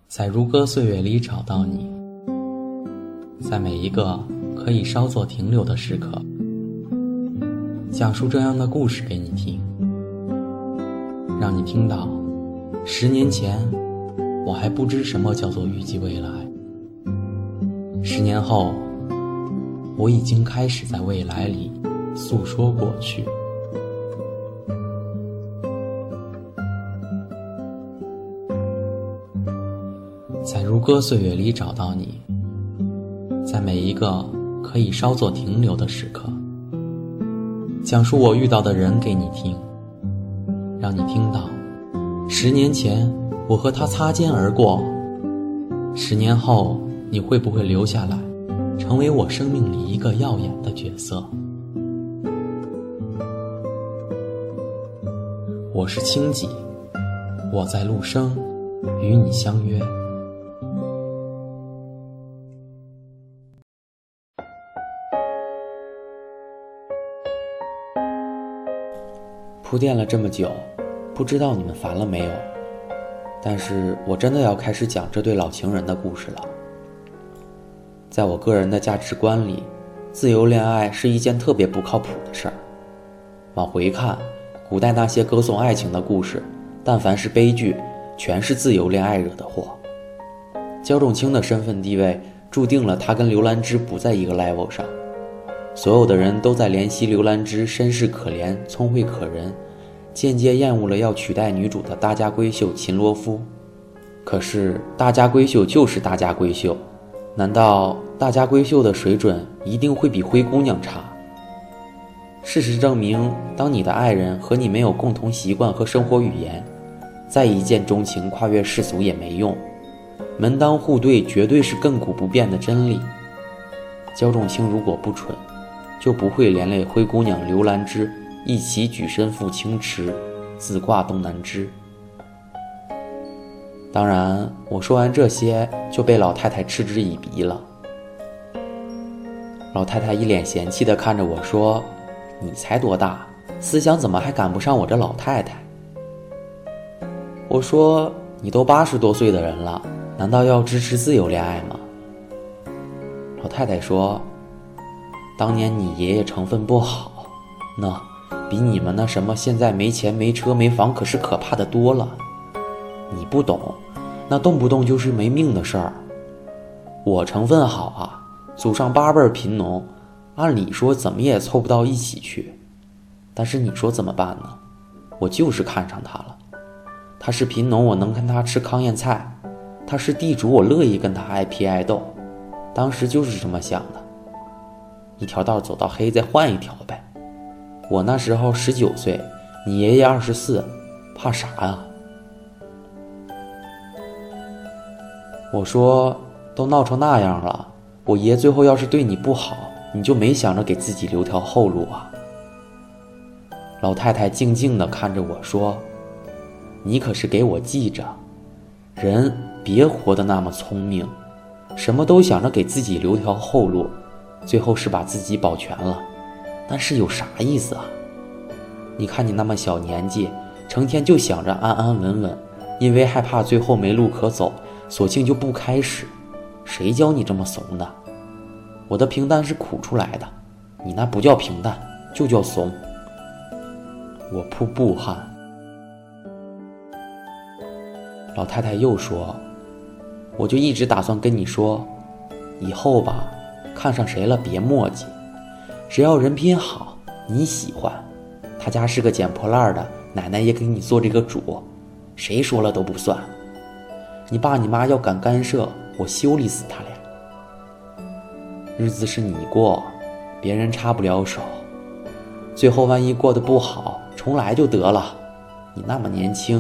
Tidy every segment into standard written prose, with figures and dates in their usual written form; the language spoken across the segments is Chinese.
在如歌岁月里找到你，在每一个可以稍作停留的时刻，讲述这样的故事给你听，让你听到10年前我还不知什么叫做预计未来，10年后我已经开始在未来里诉说过去。在如歌岁月里找到你，在每一个可以稍作停留的时刻，讲述我遇到的人给你听，让你听到10年前我和他擦肩而过，10年后你会不会留下来，成为我生命里一个耀眼的角色。我是清己，我在陆生与你相约。铺垫了这么久，不知道你们烦了没有？但是我真的要开始讲这对老情人的故事了。在我个人的价值观里，自由恋爱是一件特别不靠谱的事儿。往回看，古代那些歌颂爱情的故事，但凡是悲剧，全是自由恋爱惹的祸。焦仲卿的身份地位注定了他跟刘兰芝不在一个 level 上。所有的人都在怜惜刘兰芝身世可怜，聪慧可人，间接厌恶了要取代女主的大家闺秀秦罗敷。可是大家闺秀就是大家闺秀，难道大家闺秀的水准一定会比灰姑娘差？事实证明，当你的爱人和你没有共同习惯和生活语言，再一见钟情跨越世俗也没用，门当户对绝对是亘古不变的真理。焦仲卿如果不蠢，就不会连累灰姑娘刘兰芝一起举身赴清池，自挂东南枝。当然，我说完这些就被老太太嗤之以鼻了。老太太一脸嫌弃地看着我说：“你才多大，思想怎么还赶不上我这老太太？”我说：“你都80多岁的人了，难道要支持自由恋爱吗？”老太太说：“当年你爷爷成分不好，那比你们那什么现在没钱没车没房可是可怕的多了。你不懂，那动不动就是没命的事儿。我成分好啊，祖上8辈贫农，按理说怎么也凑不到一起去。但是你说怎么办呢？我就是看上他了。他是贫农，我能跟他吃糠咽菜；他是地主，我乐意跟他挨批挨斗。当时就是这么想的。一条道走到黑，再换一条呗。我那时候19岁，你爷爷24，怕啥呀？”我说：“都闹成那样了，我爷最后要是对你不好，你就没想着给自己留条后路啊？”老太太静静地看着我说：“你可是给我记着，人别活得那么聪明，什么都想着给自己留条后路，最后是把自己保全了，但是有啥意思啊？你看你那么小年纪，成天就想着安安稳稳，因为害怕最后没路可走，索性就不开始。谁教你这么怂的？我的平淡是苦出来的，你那不叫平淡，就叫怂。”我扑布汗。老太太又说：“我就一直打算跟你说，以后吧，看上谁了别磨叽，只要人品好，你喜欢，他家是个捡破烂的，奶奶也给你做这个主，谁说了都不算。你爸你妈要敢干涉，我修理死他俩。日子是你过，别人插不了手，最后万一过得不好，重来就得了，你那么年轻。”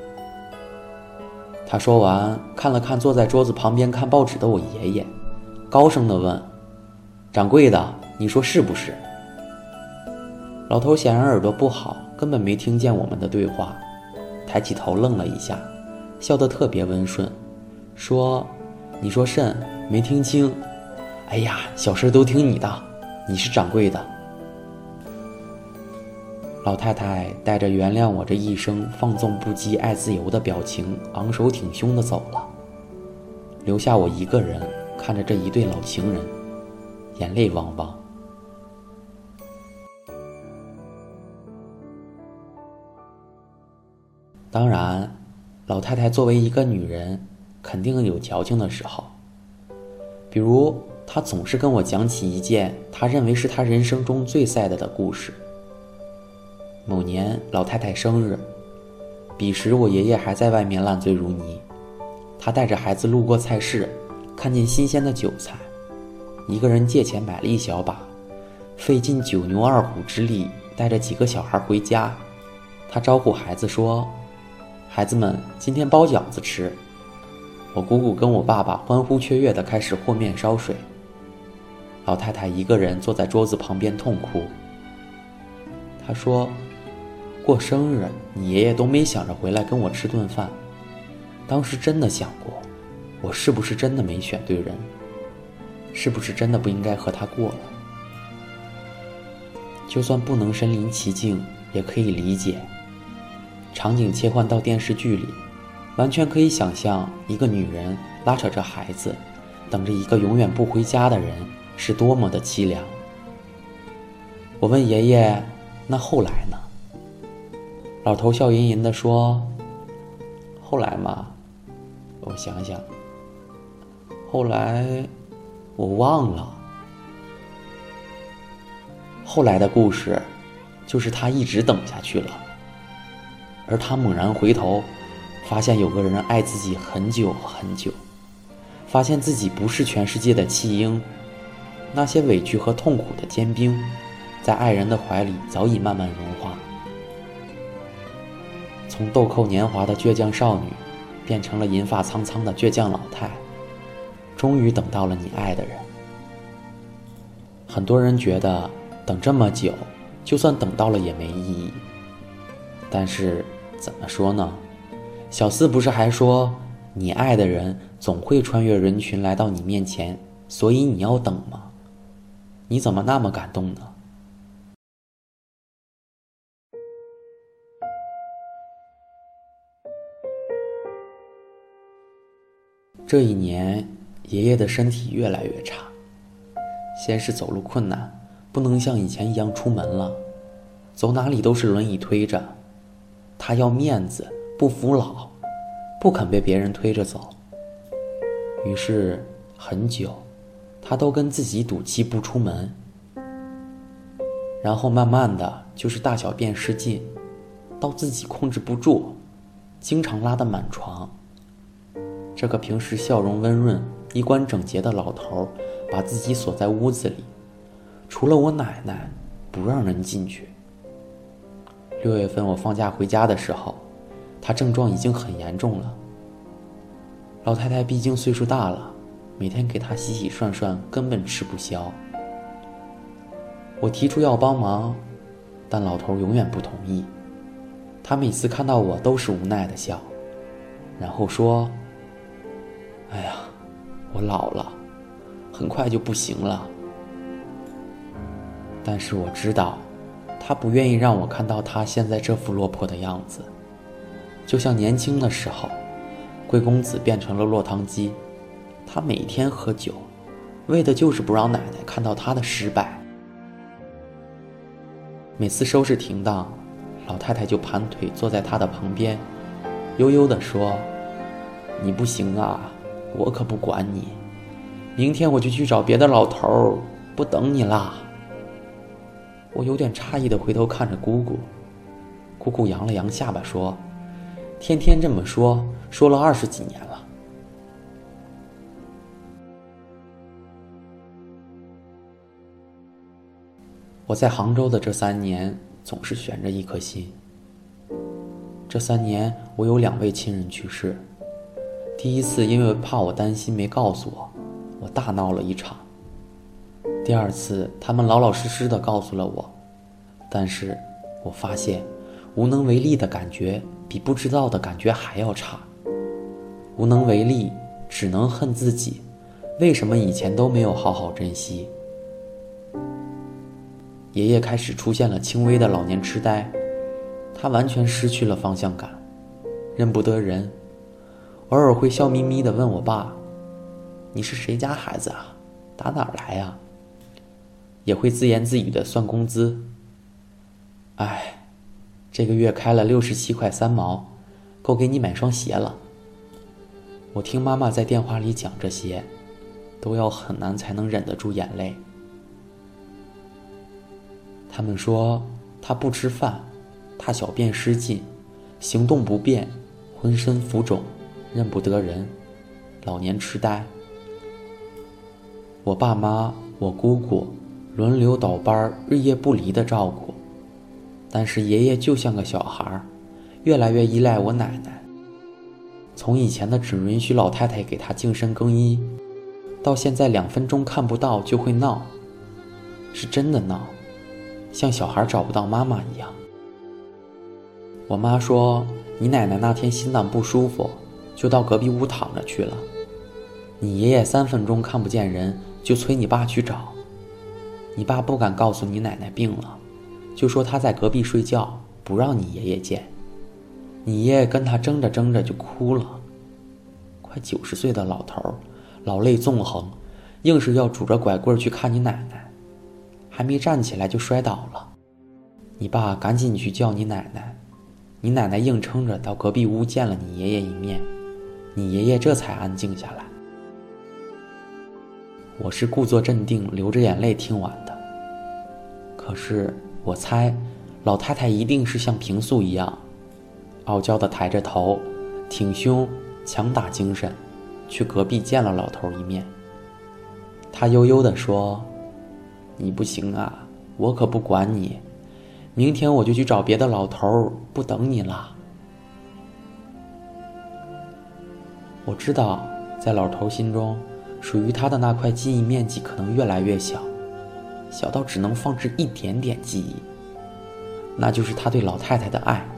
他说完，看了看坐在桌子旁边看报纸的我爷爷，高声地问：“掌柜的，你说是不是？”老头显然耳朵不好，根本没听见我们的对话，抬起头愣了一下，笑得特别温顺，说：“你说甚？没听清。哎呀，小事都听你的，你是掌柜的。”老太太带着原谅我这一生放纵不羁爱自由的表情，昂首挺胸地走了。 留下我一个人看着这一对老情人，眼泪汪汪。当然，老太太作为一个女人，肯定有矫情的时候。比如，她总是跟我讲起一件她认为是她人生中最 sad 的故事。某年老太太生日，彼时我爷爷还在外面烂醉如泥，他带着孩子路过菜市，看见新鲜的韭菜，一个人借钱买了一小把，费尽9牛2虎之力，带着几个小孩回家。他招呼孩子说：“孩子们，今天包饺子吃。”我姑姑跟我爸爸欢呼雀跃地开始和面烧水，老太太一个人坐在桌子旁边痛哭。她说：“过生日，你爷爷都没想着回来跟我吃顿饭。当时真的想过，我是不是真的没选对人？是不是真的不应该和他过了？就算不能身临其境，也可以理解。”场景切换到电视剧里，完全可以想象一个女人拉扯着孩子，等着一个永远不回家的人是多么的凄凉。我问爷爷：“那后来呢？”老头笑吟吟地说：“后来嘛，我想想，后来我忘了。后来的故事，就是他一直等下去了，而他猛然回头，发现有个人爱自己很久很久，发现自己不是全世界的弃婴，那些委屈和痛苦的坚冰，在爱人的怀里早已慢慢融化。从豆蔻年华的倔强少女，变成了银发苍苍的倔强老太，终于等到了你爱的人。很多人觉得等这么久，就算等到了也没意义。但是怎么说呢？小四不是还说，你爱的人总会穿越人群来到你面前，所以你要等吗？你怎么那么感动呢？这一年，爷爷的身体越来越差，先是走路困难，不能像以前一样出门了，走哪里都是轮椅推着。他要面子，不服老，不肯被别人推着走。于是很久，他都跟自己赌气不出门。然后慢慢的就是大小便失禁，到自己控制不住，经常拉得满床。这个平时笑容温润、衣冠整洁的老头，把自己锁在屋子里，除了我奶奶，不让人进去。6月份我放假回家的时候，他症状已经很严重了。老太太毕竟岁数大了，每天给他洗洗涮涮根本吃不消。我提出要帮忙，但老头永远不同意。他每次看到我都是无奈的笑，然后说：“哎呀，我老了，很快就不行了。”但是我知道，他不愿意让我看到他现在这副落魄的样子。就像年轻的时候，贵公子变成了落汤鸡，他每天喝酒，为的就是不让奶奶看到他的失败。每次收拾停当，老太太就盘腿坐在他的旁边，悠悠地说：“你不行啊，我可不管你，明天我就去找别的老头，不等你啦。”我有点诧异地回头看着姑姑，姑姑扬了扬下巴说：“天天这么说，说了20几年了。”我在杭州的这3年总是悬着一颗心。这3年我有2位亲人去世，第一次因为怕我担心没告诉我，我大闹了一场。第二次他们老老实实地告诉了我，但是我发现无能为力的感觉比不知道的感觉还要差。无能为力，只能恨自己，为什么以前都没有好好珍惜。爷爷开始出现了轻微的老年痴呆，他完全失去了方向感，认不得人，偶尔会笑眯眯地问我爸：“ 你是谁家孩子啊？打哪儿来呀？也会自言自语的算工资。哎，这个月开了67块3毛，够给你买双鞋了。我听妈妈在电话里讲这些，都要很难才能忍得住眼泪。他们说他不吃饭，他小便失禁，行动不便，浑身浮肿，认不得人，老年痴呆。我爸妈、我姑姑轮流倒班，日夜不离的照顾，但是爷爷就像个小孩，越来越依赖我奶奶。从以前的只允许老太太给他净身更衣，到现在2分钟看不到就会闹，是真的闹，像小孩找不到妈妈一样。我妈说，你奶奶那天心脏不舒服，就到隔壁屋躺着去了。你爷爷3分钟看不见人，就催你爸去找。你爸不敢告诉你奶奶病了，就说他在隔壁睡觉，不让你爷爷见。你爷爷跟他争着争着就哭了。快90岁的老头，老泪纵横，硬是要拄着拐棍去看你奶奶，还没站起来就摔倒了。你爸赶紧去叫你奶奶，你奶奶硬撑着到隔壁屋见了你爷爷一面，你爷爷这才安静下来。我是故作镇定，流着眼泪听完的。可是我猜，老太太一定是像平素一样，傲娇地抬着头，挺胸，强打精神，去隔壁见了老头一面。她悠悠地说：“你不行啊，我可不管你，明天我就去找别的老头，不等你了。”我知道，在老头心中，属于他的那块记忆面积可能越来越小，小到只能放置一点点记忆，那就是他对老太太的爱。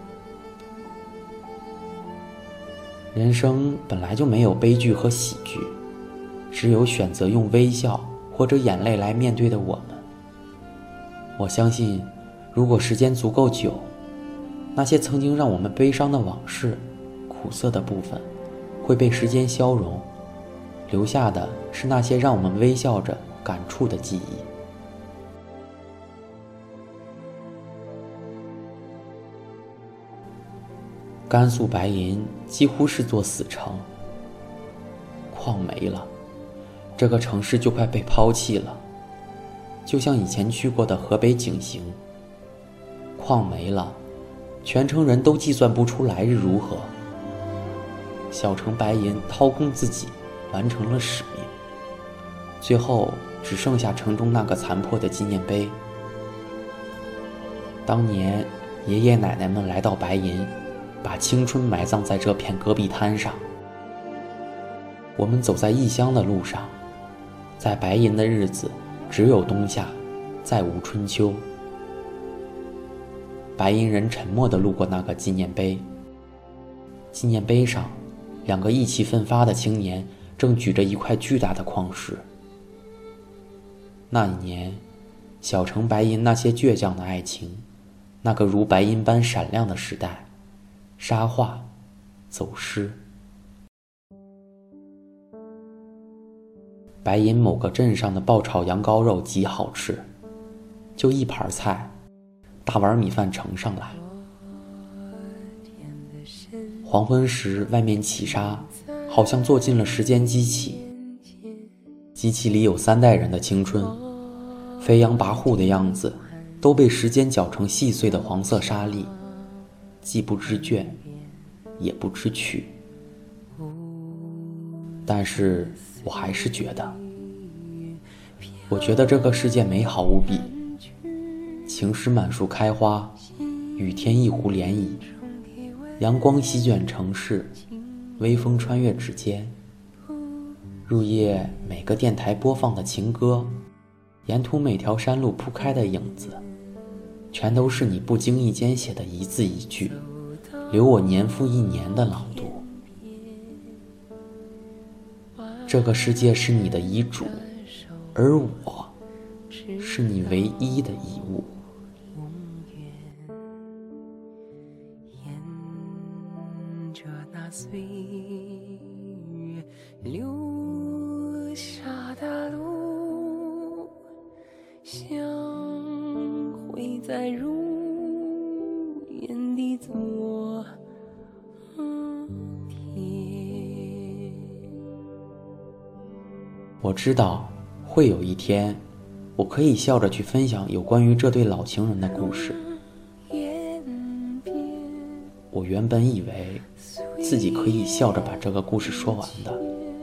人生本来就没有悲剧和喜剧，只有选择用微笑或者眼泪来面对的我们。我相信，如果时间足够久，那些曾经让我们悲伤的往事，苦涩的部分，会被时间消融，留下的是那些让我们微笑着感触的记忆。甘肃白银几乎是座死城，矿没了，这个城市就快被抛弃了，就像以前去过的河北景行。矿没了，全城人都计算不出来日如何。小城白银掏空自己，完成了使命，最后只剩下城中那个残破的纪念碑。当年爷爷奶奶们来到白银，把青春埋葬在这片戈壁滩上。我们走在异乡的路上，在白银的日子只有冬夏，再无春秋。白银人沉默地路过那个纪念碑，纪念碑上2个意气奋发的青年正举着一块巨大的矿石。那一年，小城白银那些倔强的爱情，那个如白银般闪亮的时代，沙化，走失。白银某个镇上的爆炒羊羔肉极好吃，就一盘菜，大碗米饭盛上来。黄昏时外面起沙，好像坐进了时间机器，机器里有3代人的青春，飞扬跋扈的样子都被时间搅成细碎的黄色沙粒，既不知倦，也不知趣。但是我还是觉得这个世界美好无比，晴时满树开花，雨天一湖涟漪，阳光席卷城市，微风穿越指尖。入夜每个电台播放的情歌，沿途每条山路铺开的影子，全都是你不经意间写的一字一句，留我年复一年的朗读。这个世界是你的遗嘱，而我是你唯一的遗物。 沿着那岁月流我知道会有一天，我可以笑着去分享有关于这对老情人的故事。我原本以为自己可以笑着把这个故事说完的。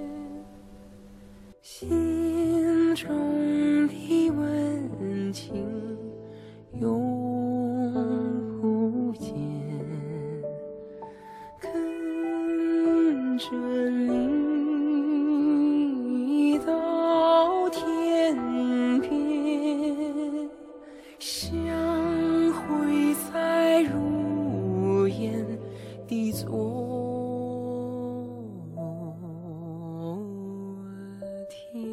心中的温情永不见，跟着你到天边，相会在如烟的昨天。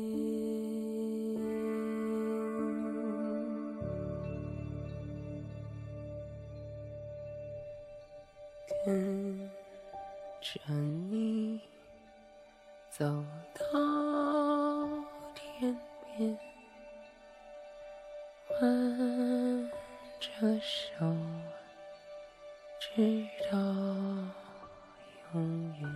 跟着你走到天边，挽着手，直到永远。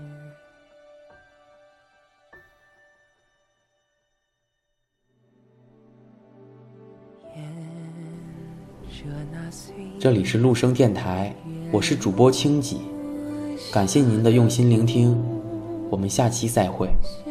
这里是陆生电台，我是主播清己，感谢您的用心聆听，我们下期再会。